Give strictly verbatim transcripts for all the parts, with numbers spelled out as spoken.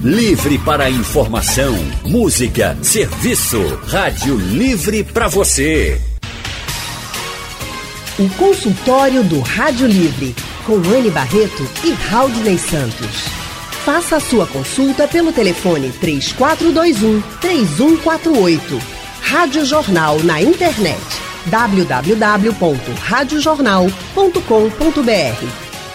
Livre para informação, música, serviço. Rádio Livre para você. O consultório do Rádio Livre, com Anne Barreto e Raudney Santos. Faça a sua consulta pelo telefone três quatro dois um, três um quatro oito. Rádio Jornal na internet w w w ponto rádio jornal ponto com ponto b r.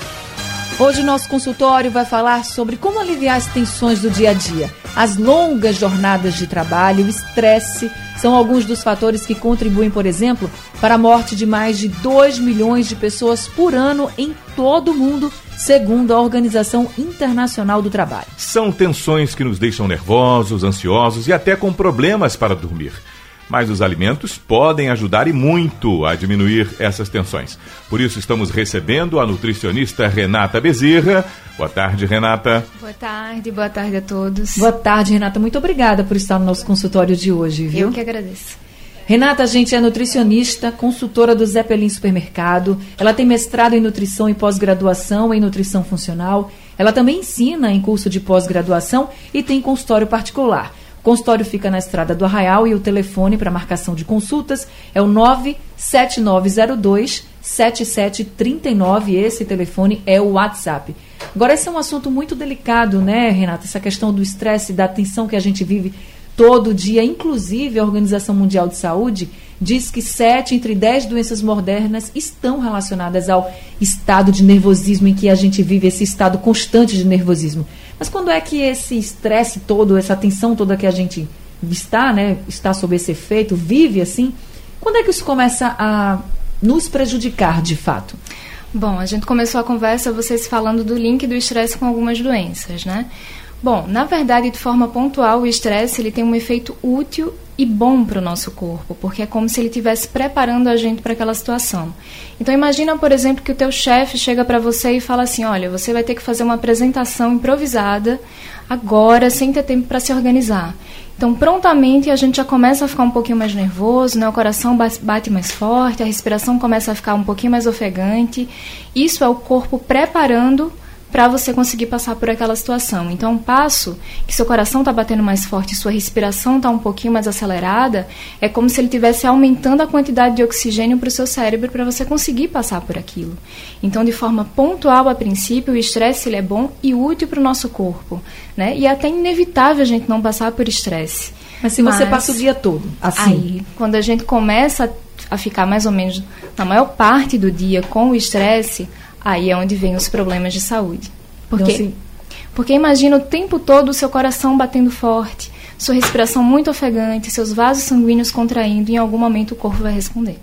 Hoje o nosso consultório vai falar sobre como aliviar as tensões do dia a dia. As longas jornadas de trabalho, o estresse, são alguns dos fatores que contribuem, por exemplo, para a morte de mais de dois milhões de pessoas por ano em todo o mundo, segundo a Organização Internacional do Trabalho. São tensões que nos deixam nervosos, ansiosos e até com problemas para dormir. Mas os alimentos podem ajudar e muito a diminuir essas tensões. Por isso estamos recebendo a nutricionista Renata Bezerra. Boa tarde, Renata. Boa tarde, boa tarde a todos. Boa tarde, Renata. Muito obrigada por estar no nosso consultório de hoje, viu? Eu que agradeço. Renata, a gente é nutricionista, consultora do Zeppelin Supermercado. Ela tem mestrado em nutrição e pós-graduação em nutrição funcional. Ela também ensina em curso de pós-graduação e tem consultório particular. O consultório fica na Estrada do Arraial e o telefone para marcação de consultas é o nove sete nove zero dois, sete sete três nove. Esse telefone é o WhatsApp. Agora, esse é um assunto muito delicado, né, Renata? Essa questão do estresse, da tensão que a gente vive todo dia. Inclusive, a Organização Mundial de Saúde diz que sete entre dez doenças modernas estão relacionadas ao estado de nervosismo em que a gente vive, esse estado constante de nervosismo. Mas quando é que esse estresse todo, essa tensão toda que a gente está, né, está sob esse efeito, vive assim, quando é que isso começa a nos prejudicar de fato? Bom, a gente começou a conversa, vocês falando do link do estresse com algumas doenças, né? Bom, na verdade, de forma pontual, o estresse ele tem um efeito útil e bom para o nosso corpo, porque é como se ele estivesse preparando a gente para aquela situação. Então, imagina, por exemplo, que o teu chefe chega para você e fala assim, olha, você vai ter que fazer uma apresentação improvisada agora, sem ter tempo para se organizar. Então, prontamente, a gente já começa a ficar um pouquinho mais nervoso, né? O coração bate mais forte, a respiração começa a ficar um pouquinho mais ofegante. Isso é o corpo preparando para você conseguir passar por aquela situação. Então, um passo que seu coração está batendo mais forte, sua respiração está um pouquinho mais acelerada, é como se ele estivesse aumentando a quantidade de oxigênio para o seu cérebro para você conseguir passar por aquilo. Então, de forma pontual, a princípio, o estresse ele é bom e útil para o nosso corpo, né? E é até inevitável a gente não passar por estresse. Mas se você Mas, passa o dia todo assim... Aí, quando a gente começa a ficar mais ou menos na maior parte do dia com o estresse, aí é onde vem os problemas de saúde. Por quê? Então, porque imagina o tempo todo o seu coração batendo forte, sua respiração muito ofegante, seus vasos sanguíneos contraindo, e em algum momento o corpo vai responder.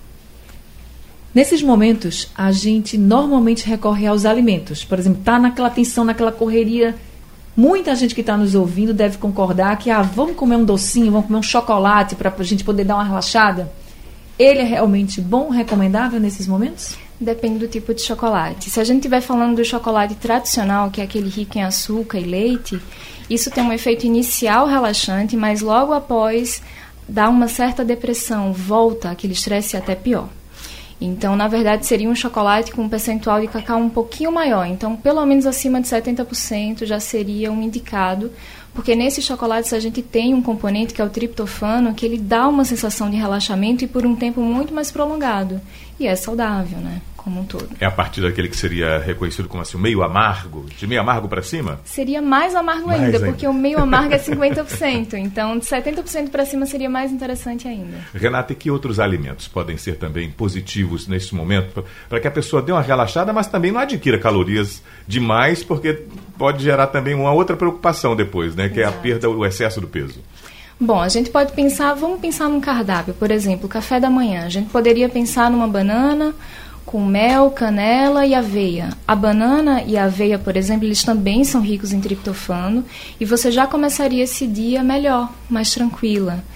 Nesses momentos, a gente normalmente recorre aos alimentos. Por exemplo, está naquela tensão, naquela correria. Muita gente que está nos ouvindo deve concordar que ah, vamos comer um docinho, vamos comer um chocolate para a gente poder dar uma relaxada. Ele é realmente bom, recomendável nesses momentos? Depende do tipo de chocolate. Se a gente estiver falando do chocolate tradicional, que é aquele rico em açúcar e leite, isso tem um efeito inicial relaxante, mas logo após dá uma certa depressão, volta aquele estresse até pior. Então, na verdade, seria um chocolate com um percentual de cacau um pouquinho maior. Então, pelo menos acima de setenta por cento já seria um indicado, porque nesses chocolates a gente tem um componente que é o triptofano, que ele dá uma sensação de relaxamento e por um tempo muito mais prolongado. E é saudável, né? Como um todo. É a partir daquele que seria reconhecido como assim, meio amargo? De meio amargo para cima? Seria mais amargo mais ainda, ainda, porque o meio amargo é cinquenta por cento. Então, de setenta por cento para cima seria mais interessante ainda. Renata, e que outros alimentos podem ser também positivos nesse momento para que a pessoa dê uma relaxada, mas também não adquira calorias demais, porque pode gerar também uma outra preocupação depois, né? Que Exato. É a perda, o excesso do peso. Bom, a gente pode pensar, vamos pensar num cardápio, por exemplo, café da manhã. A gente poderia pensar numa banana com mel, canela e aveia. A banana e a aveia, por exemplo, eles também são ricos em triptofano e você já começaria esse dia melhor, mais tranquila.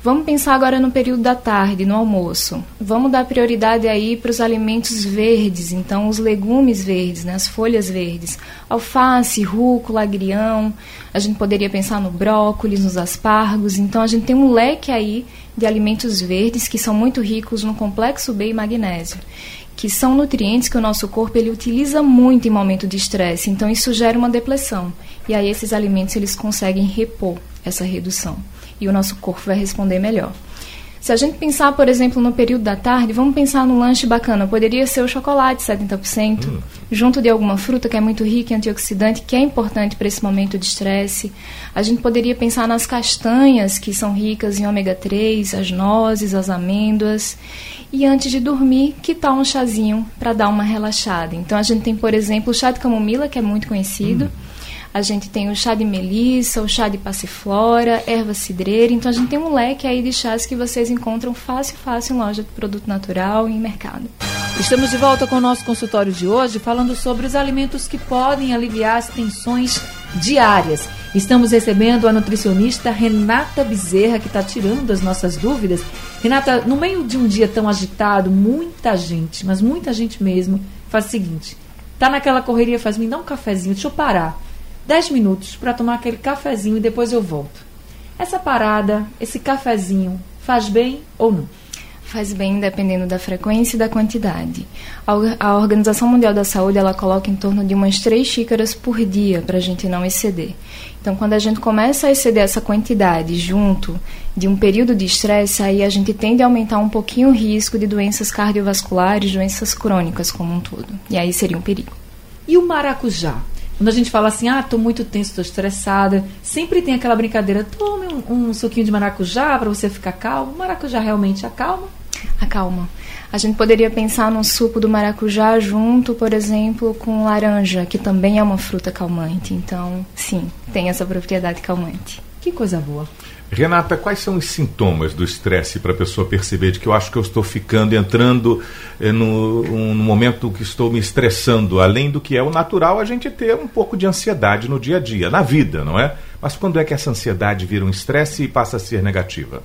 Vamos pensar agora no período da tarde, no almoço. Vamos dar prioridade aí para os alimentos verdes, então os legumes verdes, né, as folhas verdes. Alface, rúcula, agrião, a gente poderia pensar no brócolis, nos aspargos. Então a gente tem um leque aí de alimentos verdes que são muito ricos no complexo B e magnésio, que são nutrientes que o nosso corpo ele utiliza muito em momento de estresse. Então isso gera uma depressão. E aí esses alimentos eles conseguem repor essa redução. E o nosso corpo vai responder melhor. Se a gente pensar, por exemplo, no período da tarde, vamos pensar num lanche bacana. Poderia ser o chocolate, setenta por cento, hum. junto de alguma fruta que é muito rica em antioxidante, que é importante para esse momento de estresse. A gente poderia pensar nas castanhas, que são ricas em ômega três, as nozes, as amêndoas. E antes de dormir, que tal um chazinho para dar uma relaxada? Então, a gente tem, por exemplo, o chá de camomila, que é muito conhecido. Hum. A gente tem o chá de melissa, o chá de passiflora, erva cidreira. Então, a gente tem um leque aí de chás que vocês encontram fácil, fácil em loja de produto natural e em mercado. Estamos de volta com o nosso consultório de hoje, falando sobre os alimentos que podem aliviar as tensões diárias. Estamos recebendo a nutricionista Renata Bezerra, que está tirando as nossas dúvidas. Renata, no meio de um dia tão agitado, muita gente, mas muita gente mesmo, faz o seguinte: tá naquela correria, faz, me dá um cafezinho, deixa eu parar. dez minutos para tomar aquele cafezinho e depois eu volto. Essa parada, esse cafezinho, faz bem ou não? Faz bem dependendo da frequência e da quantidade. A Organização Mundial da Saúde, ela coloca em torno de umas três xícaras por dia para a gente não exceder. Então, quando a gente começa a exceder essa quantidade junto de um período de estresse, aí a gente tende a aumentar um pouquinho o risco de doenças cardiovasculares, doenças crônicas como um todo. E aí seria um perigo. E o maracujá? Quando a gente fala assim, ah, estou muito tenso, estou estressada, sempre tem aquela brincadeira, tome um, um suquinho de maracujá para você ficar calmo. O maracujá realmente acalma? Acalma. A gente poderia pensar num suco do maracujá junto, por exemplo, com laranja, que também é uma fruta calmante. Então, sim, tem essa propriedade calmante. Que coisa boa. Renata, quais são os sintomas do estresse para a pessoa perceber de que eu acho que eu estou ficando, entrando eh, no, um, no momento que estou me estressando, além do que é o natural a gente ter um pouco de ansiedade no dia a dia, na vida, não é? Mas quando é que essa ansiedade vira um estresse e passa a ser negativa?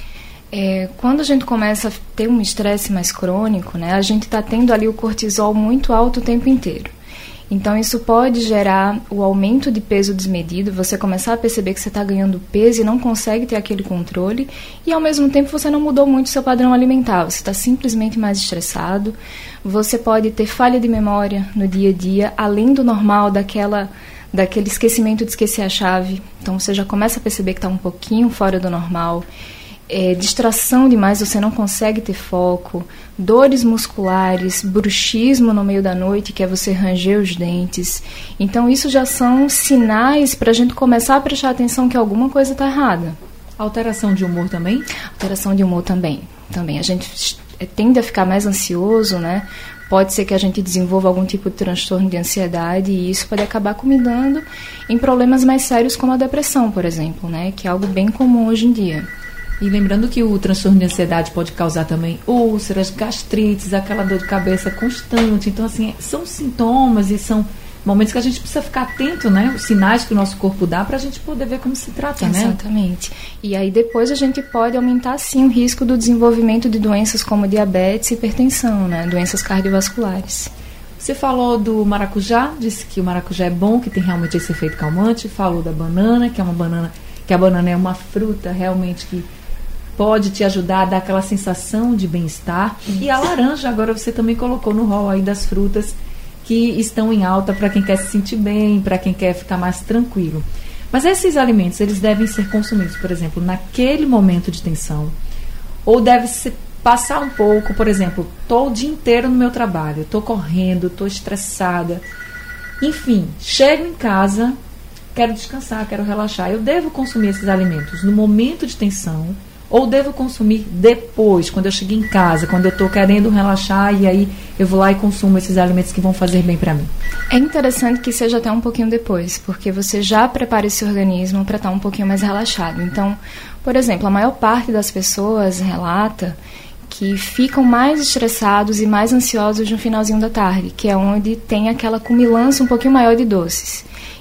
É, quando a gente começa a ter um estresse mais crônico, né, a gente está tendo ali o cortisol muito alto o tempo inteiro. Então, isso pode gerar o aumento de peso desmedido, você começar a perceber que você está ganhando peso e não consegue ter aquele controle, e ao mesmo tempo você não mudou muito o seu padrão alimentar, você está simplesmente mais estressado, você pode ter falha de memória no dia a dia, além do normal, daquela, daquele esquecimento de esquecer a chave, então você já começa a perceber que está um pouquinho fora do normal. É, distração demais, você não consegue ter foco, dores musculares, bruxismo no meio da noite, que é você ranger os dentes. Então, isso já são sinais para a gente começar a prestar atenção que alguma coisa está errada. Alteração de humor também? Alteração de humor também. também. A gente tende a ficar mais ansioso, né? Pode ser que a gente desenvolva algum tipo de transtorno de ansiedade e isso pode acabar culminando em problemas mais sérios como a depressão, por exemplo, né? Que é algo bem comum hoje em dia. E lembrando que o transtorno de ansiedade pode causar também úlceras, gastrites, aquela dor de cabeça constante. Então, assim, são sintomas e são momentos que a gente precisa ficar atento, né? Os sinais que o nosso corpo dá para a gente poder ver como se trata, né? Exatamente. E aí depois a gente pode aumentar, sim, o risco do desenvolvimento de doenças como diabetes e hipertensão, né? Doenças cardiovasculares. Você falou do maracujá, disse que o maracujá é bom, que tem realmente esse efeito calmante. Falou da banana, que é uma banana, que a banana é uma fruta realmente que pode te ajudar a dar aquela sensação de bem-estar. Isso. E a laranja, agora você também colocou no rol aí das frutas que estão em alta para quem quer se sentir bem, para quem quer ficar mais tranquilo. Mas esses alimentos, eles devem ser consumidos, por exemplo, naquele momento de tensão, ou deve se passar um pouco, por exemplo, estou o dia inteiro no meu trabalho, estou correndo, estou estressada, enfim, chego em casa, quero descansar, quero relaxar, eu devo consumir esses alimentos no momento de tensão, ou devo consumir depois, quando eu cheguei em casa, quando eu estou querendo relaxar e aí eu vou lá e consumo esses alimentos que vão fazer bem para mim? É interessante que seja até um pouquinho depois, porque você já prepara esse organismo para estar um pouquinho mais relaxado. Então, por exemplo, a maior parte das pessoas relata que ficam mais estressados e mais ansiosos no finalzinho da tarde, que é onde tem aquela cumilança um pouquinho maior de doces.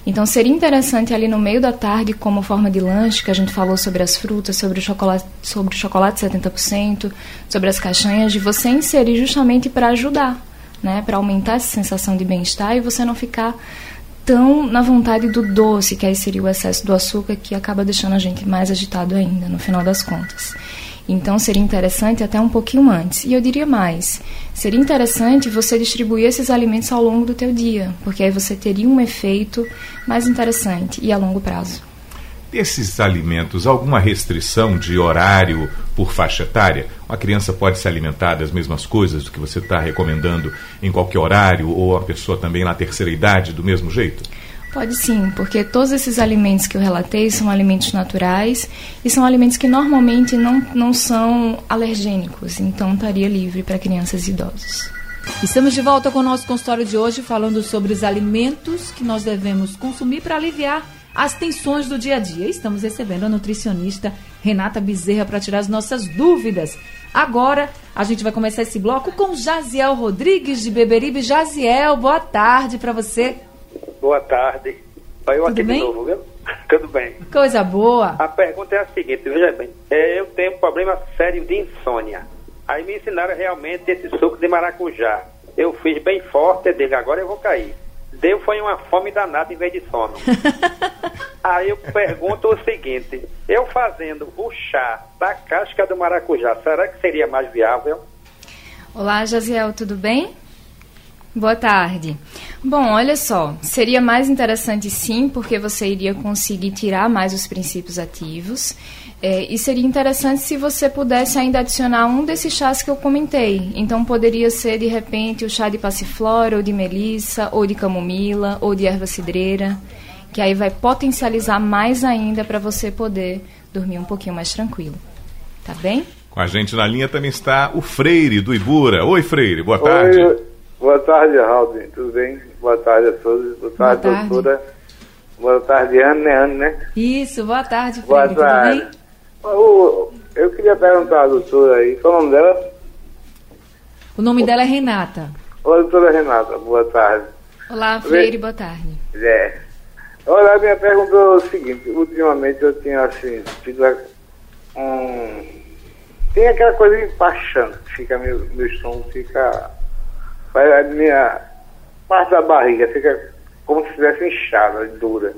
Então, seria interessante ali no meio da tarde, como forma de lanche, que a gente falou sobre as frutas, sobre o chocolate, sobre o chocolate setenta por cento, sobre as caixinhas, de você inserir justamente para ajudar, né? Para aumentar essa sensação de bem-estar e você não ficar tão na vontade do doce, que aí seria o excesso do açúcar, que acaba deixando a gente mais agitado ainda, no final das contas. Então, seria interessante até um pouquinho antes. E eu diria mais, seria interessante você distribuir esses alimentos ao longo do teu dia, porque aí você teria um efeito mais interessante e a longo prazo. Desses alimentos, alguma restrição de horário por faixa etária? Uma criança pode se alimentar das mesmas coisas do que você está recomendando em qualquer horário, ou a pessoa também na terceira idade do mesmo jeito? Pode sim, porque todos esses alimentos que eu relatei são alimentos naturais e são alimentos que normalmente não, não são alergênicos, então estaria livre para crianças e idosos. Estamos de volta com o nosso consultório de hoje, falando sobre os alimentos que nós devemos consumir para aliviar as tensões do dia a dia. Estamos recebendo a nutricionista Renata Bezerra para tirar as nossas dúvidas. Agora, a gente vai começar esse bloco com Jaziel Rodrigues, de Beberibe. Jaziel, boa tarde para você. Boa tarde. Eu Tudo aqui bem? de novo, viu? Tudo bem. Coisa boa. A pergunta é a seguinte, veja bem. É, eu tenho um problema sério de insônia. Aí me ensinaram realmente esse suco de maracujá. Eu fiz bem forte, eu digo, agora eu vou cair. Deu foi uma fome danada em vez de sono. Aí eu pergunto o seguinte, eu fazendo o chá da casca do maracujá, será que seria mais viável? Olá, Jaziel, tudo bem? Boa tarde. Bom, olha só, seria mais interessante sim, porque você iria conseguir tirar mais os princípios ativos, é, e seria interessante se você pudesse ainda adicionar um desses chás que eu comentei. Então poderia ser de repente o chá de passiflora, ou de melissa, ou de camomila, ou de erva cidreira, que aí vai potencializar mais ainda para você poder dormir um pouquinho mais tranquilo. Tá bem? Com a gente na linha também está o Freire, do Ibura. Oi, Freire, boa tarde. Oi. Boa tarde, Raul, tudo bem? Boa tarde a todos. Boa tarde, Boa tarde. doutora. Boa tarde, Ana, né? Ana, né? Isso, boa tarde, Boa Freire, tudo tarde. bem? Eu, eu queria perguntar à doutora aí, qual é o nome dela? O nome dela é Renata. Olá, doutora Renata, boa tarde. Olá, Freire, boa tarde. É. Olha, a minha pergunta é o seguinte, ultimamente eu tinha assim, tido um... Tem aquela coisa empachando, fica meu, meu estômago fica... A minha parte da barriga fica como se estivesse inchada, dura.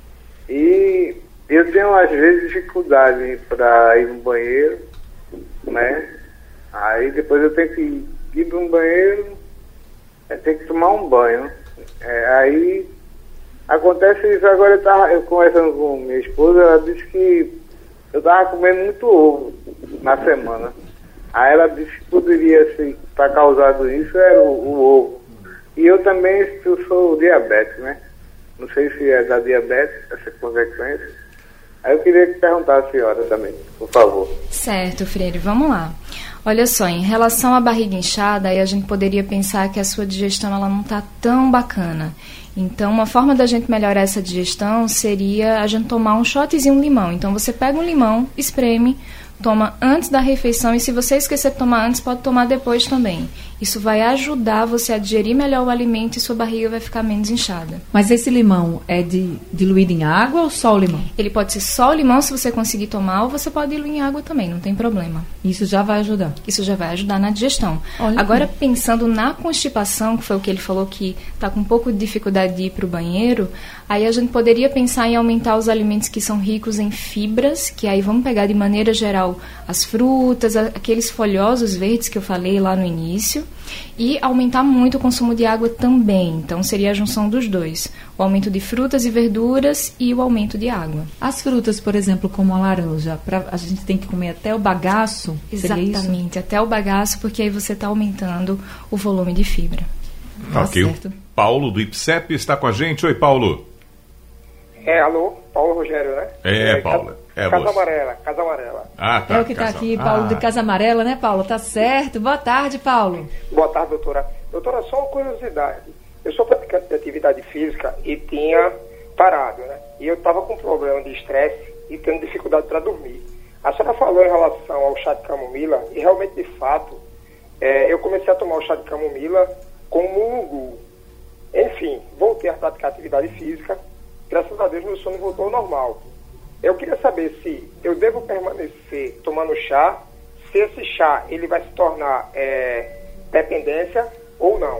E eu tenho, às vezes, dificuldade para ir no banheiro, né? Aí depois eu tenho que ir para um banheiro, eu tenho que tomar um banho. É, aí acontece isso. Agora eu tava eu conversando com minha esposa, ela disse que eu estava comendo muito ovo na semana. Aí ela disse que poderia ser, para causado isso, era o, o ovo. E eu também eu sou diabético, né? Não sei se é da diabetes, essa consequência. Aí eu queria perguntar à senhora também, por favor. Certo, Freire, vamos lá. Olha só, em relação à barriga inchada, aí a gente poderia pensar que a sua digestão ela não está tão bacana. Então, uma forma da gente melhorar essa digestão seria a gente tomar um shotzinho de limão. Então, você pega um limão, espreme, toma antes da refeição, e se você esquecer de tomar antes, pode tomar depois também. Isso vai ajudar você a digerir melhor o alimento e sua barriga vai ficar menos inchada. Mas esse limão é de, diluído em água ou só o limão? Ele pode ser só o limão se você conseguir tomar, ou você pode diluir em água também, não tem problema. Isso já vai ajudar? Isso já vai ajudar na digestão. Olha Agora, aqui. Pensando na constipação, que foi o que ele falou que está com um pouco de dificuldade de ir para o banheiro, aí a gente poderia pensar em aumentar os alimentos que são ricos em fibras, que aí vamos pegar de maneira geral as frutas, aqueles folhosos verdes que eu falei lá no início, e aumentar muito o consumo de água também. Então seria a junção dos dois, o aumento de frutas e verduras e o aumento de água. As frutas, por exemplo, como a laranja, pra, a gente tem que comer até o bagaço? Exatamente, até o bagaço, porque aí você está aumentando o volume de fibra. Tá Ok, certo. o Paulo do I P S E P está com a gente. Oi, Paulo. É, alô? Paulo Rogério, né? É, Paulo. É Casa você. Amarela, Casa Amarela. Ah, tá. É o que está Casa- aqui, Paulo, Ah. de Casa Amarela, né, Paulo? Tá certo. Boa tarde, Paulo. Boa tarde, doutora. Doutora, só uma curiosidade. Eu sou praticante de atividade física e tinha parado, né? E eu estava com problema de estresse e tendo dificuldade para dormir. A senhora falou em relação ao chá de camomila e realmente, de fato, é, eu comecei a tomar o chá de camomila com mulungu. Enfim, voltei a praticar atividade física. graças a Deus meu sono voltou ao normal. Eu queria saber se eu devo permanecer tomando chá, se esse chá ele vai se tornar é, dependência ou não.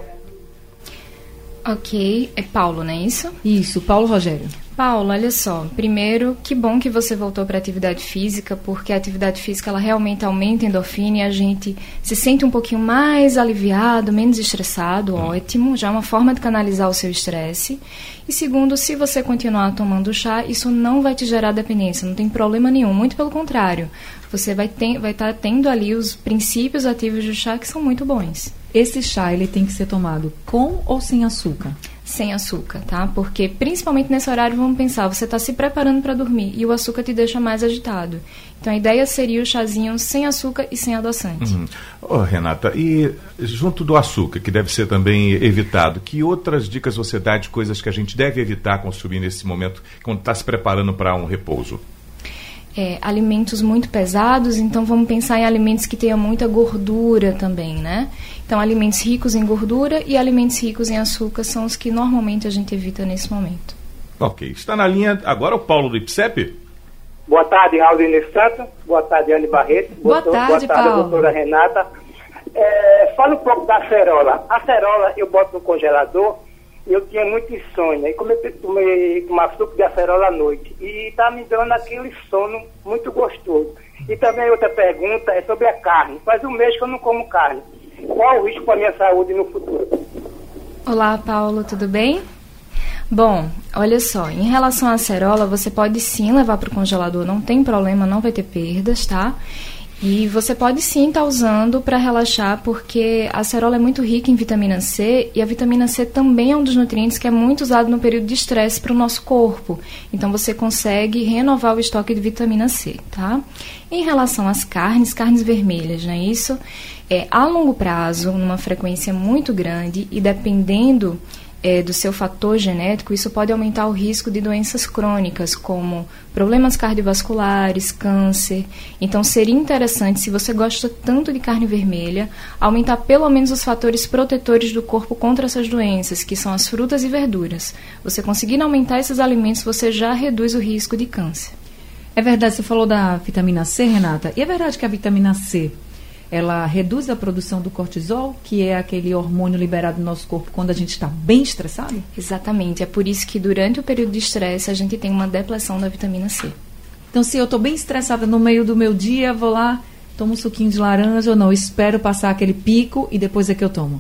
Ok, é Paulo, não é isso? Isso, Paulo Rogério. Paulo, olha só, primeiro, que bom que você voltou para a atividade física, porque a atividade física ela realmente aumenta a endorfina e a gente se sente um pouquinho mais aliviado, menos estressado, ótimo, já é uma forma de canalizar o seu estresse. E segundo, se você continuar tomando chá, isso não vai te gerar dependência, não tem problema nenhum, muito pelo contrário, você vai ter, vai estar tendo ali os princípios ativos do chá que são muito bons. Esse chá, ele tem que ser tomado com ou sem açúcar? Sem açúcar, tá? Porque principalmente nesse horário, vamos pensar, você está se preparando para dormir e o açúcar te deixa mais agitado. Então a ideia seria o chazinho sem açúcar e sem adoçante. Uhum. Oh, Renata, e junto do açúcar, que deve ser também evitado, que outras dicas você dá de coisas que a gente deve evitar consumir nesse momento, quando está se preparando para um repouso? É, alimentos muito pesados, então vamos pensar em alimentos que tenham muita gordura também, né? Então, alimentos ricos em gordura e alimentos ricos em açúcar são os que normalmente a gente evita nesse momento. Ok. Está na linha agora o Paulo do I P S E P? Boa tarde, Raul Santos. Boa tarde, Anne Barreto. Boa Boa tarde, boa tarde, Paulo. doutora Renata. É, fala um pouco da acerola. A acerola eu boto no congelador e eu tinha muita insônia. E comecei a tomar suco de acerola à noite. E está me dando aquele sono muito gostoso. E também outra pergunta é sobre a carne. Faz um mês que eu não como carne. Qual o risco para a minha saúde no futuro? Olá, Paulo, tudo bem? Bom, olha só, em relação à acerola, você pode sim levar para o congelador, não tem problema, não vai ter perdas, tá? E você pode sim estar usando para relaxar, porque a acerola é muito rica em vitamina C, e a vitamina C também é um dos nutrientes que é muito usado no período de estresse para o nosso corpo. Então você consegue renovar o estoque de vitamina C, tá? Em relação às carnes, carnes vermelhas, não é isso? É, a longo prazo, numa frequência muito grande e dependendo é, do seu fator genético, isso pode aumentar o risco de doenças crônicas, como problemas cardiovasculares, câncer. Então, seria interessante, se você gosta tanto de carne vermelha, aumentar pelo menos os fatores protetores do corpo contra essas doenças, que são as frutas e verduras. Você conseguindo aumentar esses alimentos, você já reduz o risco de câncer. É verdade, você falou da vitamina C, Renata, e é verdade que a vitamina C ela reduz a produção do cortisol, que é aquele hormônio liberado no nosso corpo quando a gente está bem estressado? Exatamente, é por isso que durante o período de estresse a gente tem uma depleção da vitamina C. Então, se eu estou bem estressada no meio do meu dia, vou lá, tomo um suquinho de laranja ou não? Espero passar aquele pico e depois é que eu tomo?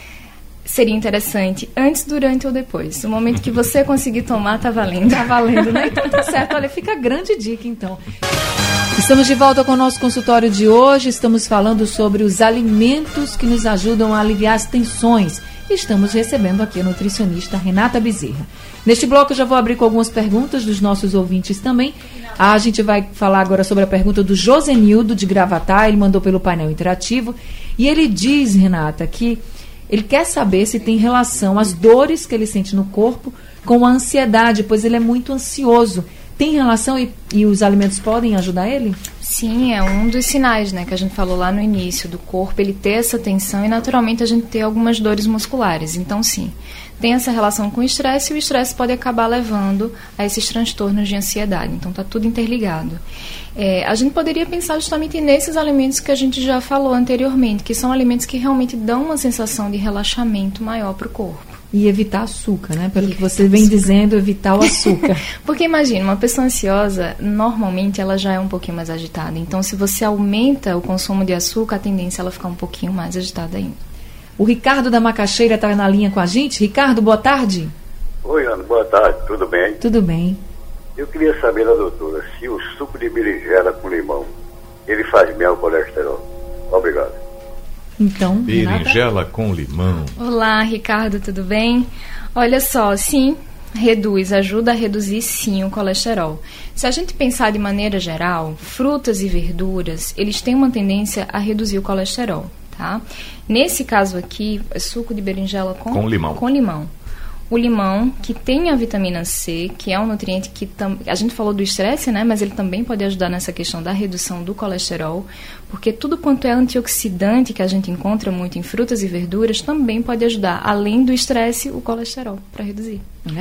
Seria interessante antes, durante ou depois. No momento que você conseguir tomar, tá valendo. Tá valendo, né? Então tá certo. Olha, fica a grande dica, então. Estamos de volta com o nosso consultório de hoje. Estamos falando sobre os alimentos que nos ajudam a aliviar as tensões. Estamos recebendo aqui a nutricionista Renata Bezerra. Neste bloco eu já vou abrir com algumas perguntas dos nossos ouvintes também. A gente vai falar agora sobre a pergunta do Josenildo de Gravatá. Ele mandou pelo painel interativo. E ele diz, Renata, que ele quer saber se tem relação as dores que ele sente no corpo com a ansiedade, pois ele é muito ansioso. Tem relação e, e os alimentos podem ajudar ele? Sim, é um dos sinais, né, que a gente falou lá no início, do corpo, ele ter essa tensão e naturalmente a gente ter algumas dores musculares. Então, sim, tem essa relação com o estresse e o estresse pode acabar levando a esses transtornos de ansiedade. Então, está tudo interligado. É, a gente poderia pensar justamente nesses alimentos que a gente já falou anteriormente, que são alimentos que realmente dão uma sensação de relaxamento maior para o corpo. E evitar açúcar, né? Pelo que você vem dizendo, evitar o açúcar. Porque imagina, uma pessoa ansiosa, normalmente ela já é um pouquinho mais agitada. Então, se você aumenta o consumo de açúcar, a tendência é ela ficar um pouquinho mais agitada ainda. O Ricardo da Macaxeira está na linha com a gente. Ricardo, boa tarde. Oi, Ana, boa tarde, tudo bem? Tudo bem. Eu queria saber da doutora se o suco de berinjela com limão, ele faz bem ao colesterol. Obrigado. Então, berinjela com limão. Olá, Ricardo, tudo bem? Olha só, sim, reduz, ajuda a reduzir sim o colesterol. Se a gente pensar de maneira geral, frutas e verduras, eles têm uma tendência a reduzir o colesterol, tá? Nesse caso aqui, é suco de berinjela com, com limão. Com limão. O limão, que tem a vitamina C, que é um nutriente que tam... a gente falou do estresse, né? Mas ele também pode ajudar nessa questão da redução do colesterol, porque tudo quanto é antioxidante que a gente encontra muito em frutas e verduras também pode ajudar, além do estresse, o colesterol, para reduzir. É.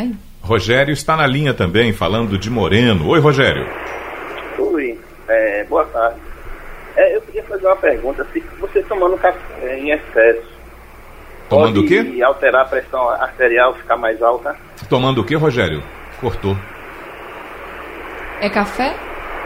Rogério está na linha também, falando de Moreno. Oi, Rogério. Oi, é, boa tarde. É, eu queria fazer uma pergunta. Se você tomando café em excesso, tomando o quê? E alterar a pressão arterial, ficar mais alta? Tomando o quê, Rogério? Cortou. É café?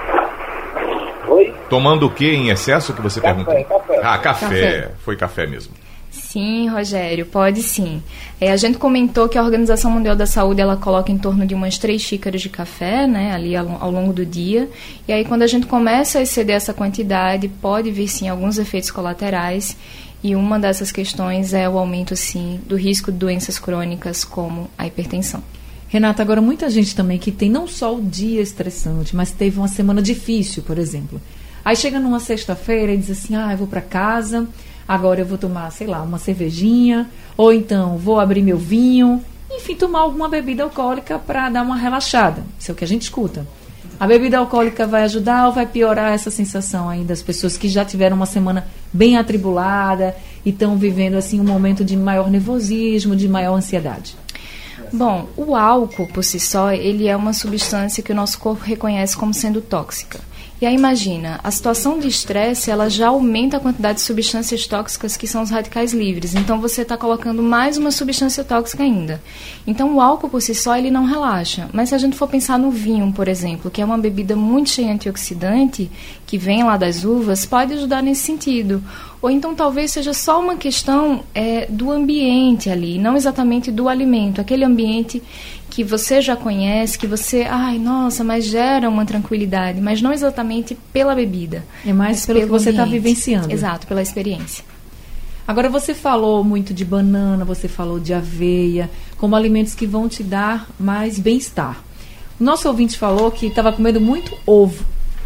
Oi? Tomando o quê em excesso que você Café, perguntou? café. Ah, café. Café. Foi café mesmo. Sim, Rogério, pode sim. É, a gente comentou que a Organização Mundial da Saúde ela coloca em torno de umas três xícaras de café, né, ali ao, ao longo do dia. E aí, quando a gente começa a exceder essa quantidade, pode vir sim alguns efeitos colaterais. E uma dessas questões é o aumento, sim, do risco de doenças crônicas como a hipertensão. Renata, agora muita gente também que tem não só o dia estressante, mas teve uma semana difícil, por exemplo. Aí chega numa sexta-feira e diz assim, ah, eu vou para casa, agora eu vou tomar, sei lá, uma cervejinha, ou então vou abrir meu vinho, enfim, tomar alguma bebida alcoólica para dar uma relaxada. Isso é o que a gente escuta. A bebida alcoólica vai ajudar ou vai piorar essa sensação aí das pessoas que já tiveram uma semana bem atribulada e estão vivendo assim um momento de maior nervosismo, de maior ansiedade? Bom, o álcool por si só, ele é uma substância que o nosso corpo reconhece como sendo tóxica. E aí imagina, a situação de estresse, ela já aumenta a quantidade de substâncias tóxicas que são os radicais livres. Então você está colocando mais uma substância tóxica ainda. Então o álcool por si só, ele não relaxa. Mas se a gente for pensar no vinho, por exemplo, que é uma bebida muito cheia de antioxidante, que vem lá das uvas, pode ajudar nesse sentido. Ou então talvez seja só uma questão é, do ambiente ali, não exatamente do alimento. Aquele ambiente que você já conhece, que você, ai, nossa, mas gera uma tranquilidade, mas não exatamente pela bebida. É mais pelo, pelo que você está vivenciando. Exato, pela experiência. Agora, você falou muito de banana, você falou de aveia, como alimentos que vão te dar mais bem-estar. O nosso ouvinte falou que estava comendo muito ovo,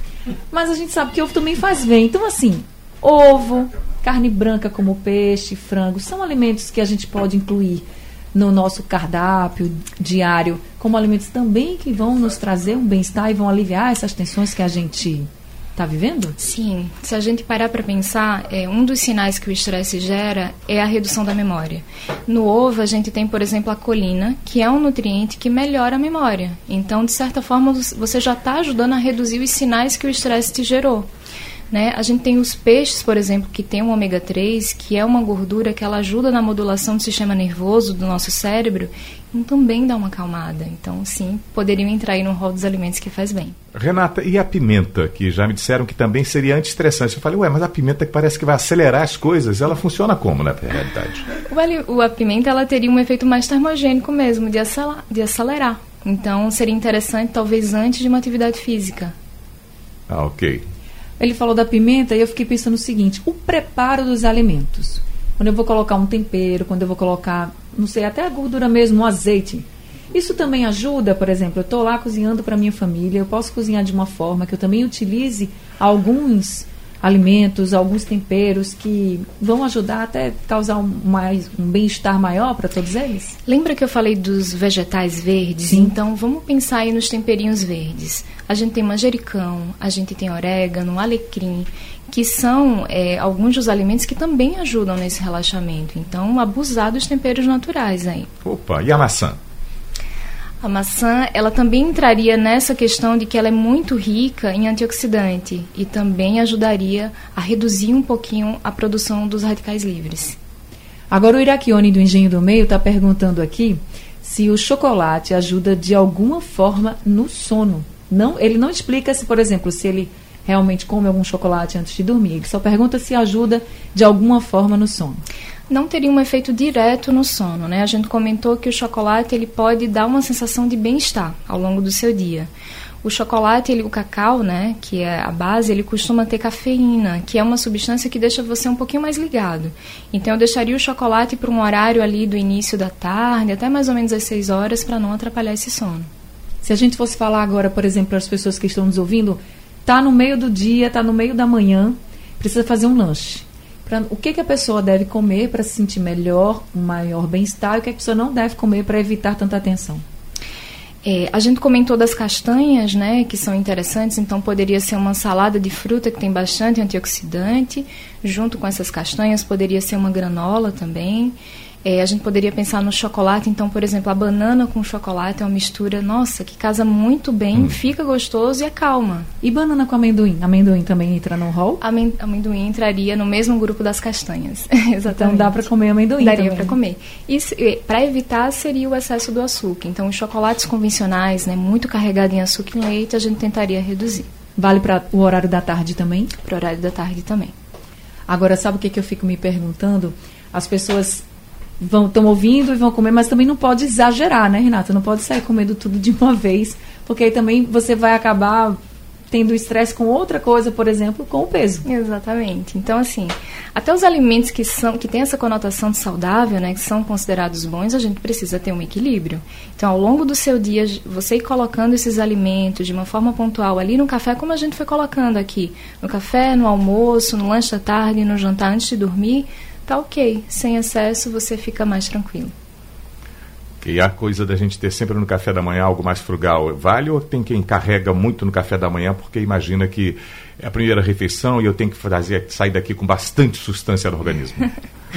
mas a gente sabe que ovo também faz bem. Então, assim, ovo, carne branca como peixe, frango, são alimentos que a gente pode incluir no nosso cardápio diário, como alimentos também que vão nos trazer um bem-estar e vão aliviar essas tensões que a gente está vivendo? Sim, se a gente parar para pensar, é, um dos sinais que o estresse gera é a redução da memória. No ovo, a gente tem, por exemplo, a colina, que é um nutriente que melhora a memória. Então, de certa forma, você já está ajudando a reduzir os sinais que o estresse te gerou. Né? A gente tem os peixes, por exemplo, que tem o ômega três, que é uma gordura que ela ajuda na modulação do sistema nervoso do nosso cérebro e também dá uma acalmada. Então, sim, poderiam entrar aí no rol dos alimentos que faz bem. Renata, e a pimenta, que já me disseram que também seria antiestressante? Eu falei, ué, mas a pimenta que parece que vai acelerar as coisas, ela funciona como, na realidade? O, a pimenta, ela teria um efeito mais termogênico mesmo, de acelerar, de acelerar. Então, seria interessante, talvez, antes de uma atividade física. Ah, ok. Ele falou da pimenta e eu fiquei pensando o seguinte, o preparo dos alimentos. Quando eu vou colocar um tempero, quando eu vou colocar, não sei, até a gordura mesmo, um azeite. Isso também ajuda, por exemplo, eu estou lá cozinhando para a minha família, eu posso cozinhar de uma forma que eu também utilize alguns alimentos, alguns temperos que vão ajudar até causar um, mais, um bem-estar maior para todos eles? Lembra que eu falei dos vegetais verdes? Sim. Então, vamos pensar aí nos temperinhos verdes. A gente tem manjericão, a gente tem orégano, alecrim, que são é, alguns dos alimentos que também ajudam nesse relaxamento. Então, abusar dos temperos naturais aí. Opa, e a maçã? A maçã, ela também entraria nessa questão de que ela é muito rica em antioxidante e também ajudaria a reduzir um pouquinho a produção dos radicais livres. Agora o Iraquione do Engenho do Meio está perguntando aqui se o chocolate ajuda de alguma forma no sono. Não, ele não explica se, por exemplo, se ele realmente come algum chocolate antes de dormir. Ele só pergunta se ajuda de alguma forma no sono. Não teria um efeito direto no sono, né? A gente comentou que o chocolate ele pode dar uma sensação de bem-estar ao longo do seu dia. O chocolate, ele, o cacau, né, que é a base, ele costuma ter cafeína, que é uma substância que deixa você um pouquinho mais ligado. Então eu deixaria o chocolate para um horário ali do início da tarde, até mais ou menos às seis horas, para não atrapalhar esse sono. Se a gente fosse falar agora, por exemplo, para as pessoas que estão nos ouvindo, está no meio do dia, está no meio da manhã, precisa fazer um lanche. Pra, o que, que a pessoa deve comer para se sentir melhor, um maior bem-estar, e o que a pessoa não deve comer para evitar tanta tensão? É, a gente comentou das castanhas, né, que são interessantes, então poderia ser uma salada de fruta que tem bastante antioxidante, junto com essas castanhas poderia ser uma granola também. É, a gente poderia pensar no chocolate, então, por exemplo, a banana com chocolate é uma mistura, nossa, que casa muito bem, hum. fica gostoso e acalma. E banana com amendoim? Amendoim também entra no rol? Amen, amendoim entraria no mesmo grupo das castanhas. Exatamente. Então dá para comer amendoim Daria também. para comer. E para evitar seria o excesso do açúcar. Então, os chocolates convencionais, né, muito carregados em açúcar e leite, a gente tentaria reduzir. Vale para o horário da tarde também? Para o horário da tarde também. Agora, sabe o que, que eu fico me perguntando? As pessoas estão ouvindo e vão comer, mas também não pode exagerar, né, Renata? Não pode sair comendo tudo de uma vez, porque aí também você vai acabar tendo estresse com outra coisa, por exemplo, com o peso. Exatamente. Então, assim, até os alimentos que são, que têm essa conotação de saudável, né, que são considerados bons, a gente precisa ter um equilíbrio. Então, ao longo do seu dia, você ir colocando esses alimentos de uma forma pontual ali no café, como a gente foi colocando aqui, no café, no almoço, no lanche da tarde, no jantar antes de dormir, tá ok. Sem excesso, você fica mais tranquilo. E a coisa da gente ter sempre no café da manhã algo mais frugal, vale ou tem quem carrega muito no café da manhã porque imagina que é a primeira refeição e eu tenho que fazer, sair daqui com bastante substância no organismo?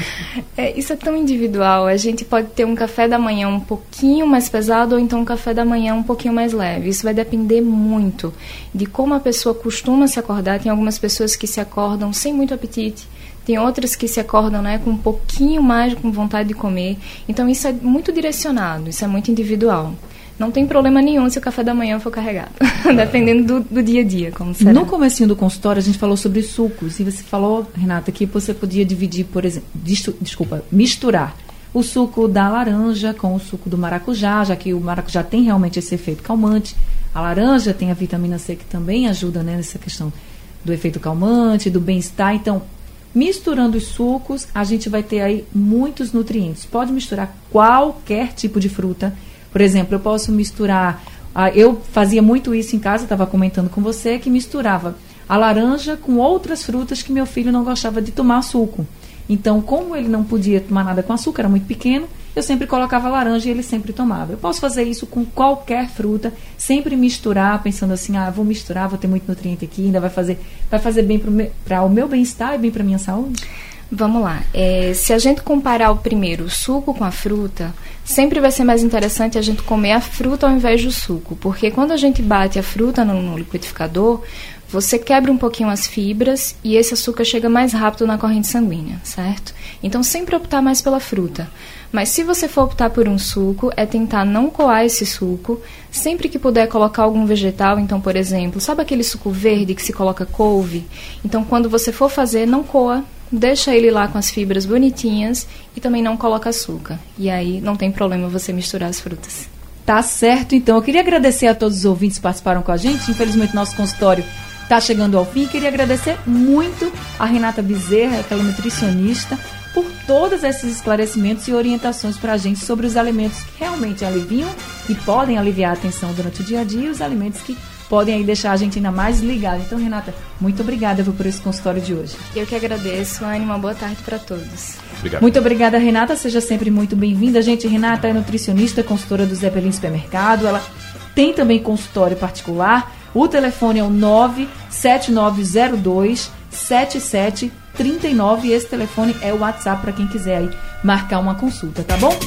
É, isso é tão individual. A gente pode ter um café da manhã um pouquinho mais pesado ou então um café da manhã um pouquinho mais leve. Isso vai depender muito de como a pessoa costuma se acordar. Tem algumas pessoas que se acordam sem muito apetite. Tem outras que se acordam, né, com um pouquinho mais com vontade de comer. Então, isso é muito direcionado, isso é muito individual. Não tem problema nenhum se o café da manhã for carregado, dependendo do, do dia a dia, como será. No comecinho do consultório, a gente falou sobre sucos. E você falou, Renata, que você podia dividir, por exemplo, desculpa, misturar o suco da laranja com o suco do maracujá, já que o maracujá tem realmente esse efeito calmante. A laranja tem a vitamina C, que também ajuda, né, nessa questão do efeito calmante, do bem-estar. Então, misturando os sucos, a gente vai ter aí muitos nutrientes. Pode misturar qualquer tipo de fruta. Por exemplo, eu posso misturar... Ah, eu fazia muito isso em casa, estava comentando com você, que misturava a laranja com outras frutas que meu filho não gostava de tomar suco. Então, como ele não podia tomar nada com açúcar, era muito pequeno, eu sempre colocava laranja e ele sempre tomava. Eu posso fazer isso com qualquer fruta, sempre misturar, pensando assim, ah, vou misturar, vou ter muito nutriente aqui, ainda vai fazer, vai fazer bem para o meu bem-estar e bem para a minha saúde? Vamos lá. É, se a gente comparar o primeiro o suco com a fruta, sempre vai ser mais interessante a gente comer a fruta ao invés do suco, porque quando a gente bate a fruta no, no liquidificador, você quebra um pouquinho as fibras e esse açúcar chega mais rápido na corrente sanguínea, certo? Então, sempre optar mais pela fruta. Mas se você for optar por um suco, é tentar não coar esse suco. Sempre que puder colocar algum vegetal, então, por exemplo, sabe aquele suco verde que se coloca couve? Então, quando você for fazer, não coa, deixa ele lá com as fibras bonitinhas e também não coloca açúcar. E aí não tem problema você misturar as frutas. Tá certo, então. Eu queria agradecer a todos os ouvintes que participaram com a gente. Infelizmente, nosso consultório está chegando ao fim. Queria agradecer muito a Renata Bezerra, aquela nutricionista, por todos esses esclarecimentos e orientações para a gente sobre os alimentos que realmente aliviam e podem aliviar a tensão durante o dia a dia e os alimentos que podem aí deixar a gente ainda mais ligado. Então, Renata, muito obrigada por esse consultório de hoje. Eu que agradeço, Anne, uma boa tarde para todos. Obrigado. Muito obrigada, Renata, seja sempre muito bem-vinda. Gente, Renata é nutricionista, consultora do Zeppelin Supermercado, ela tem também consultório particular. O telefone é o nove sete nove zero dois sete sete três nove. Esse telefone é o WhatsApp para quem quiser aí marcar uma consulta, tá bom?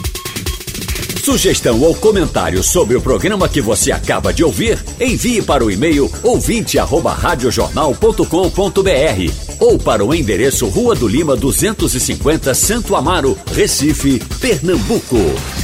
Sugestão ou comentário sobre o programa que você acaba de ouvir, envie para o e-mail ouvinte arroba radiojornal ponto com ponto br ou para o endereço Rua do Lima duzentos e cinquenta, Santo Amaro, Recife, Pernambuco.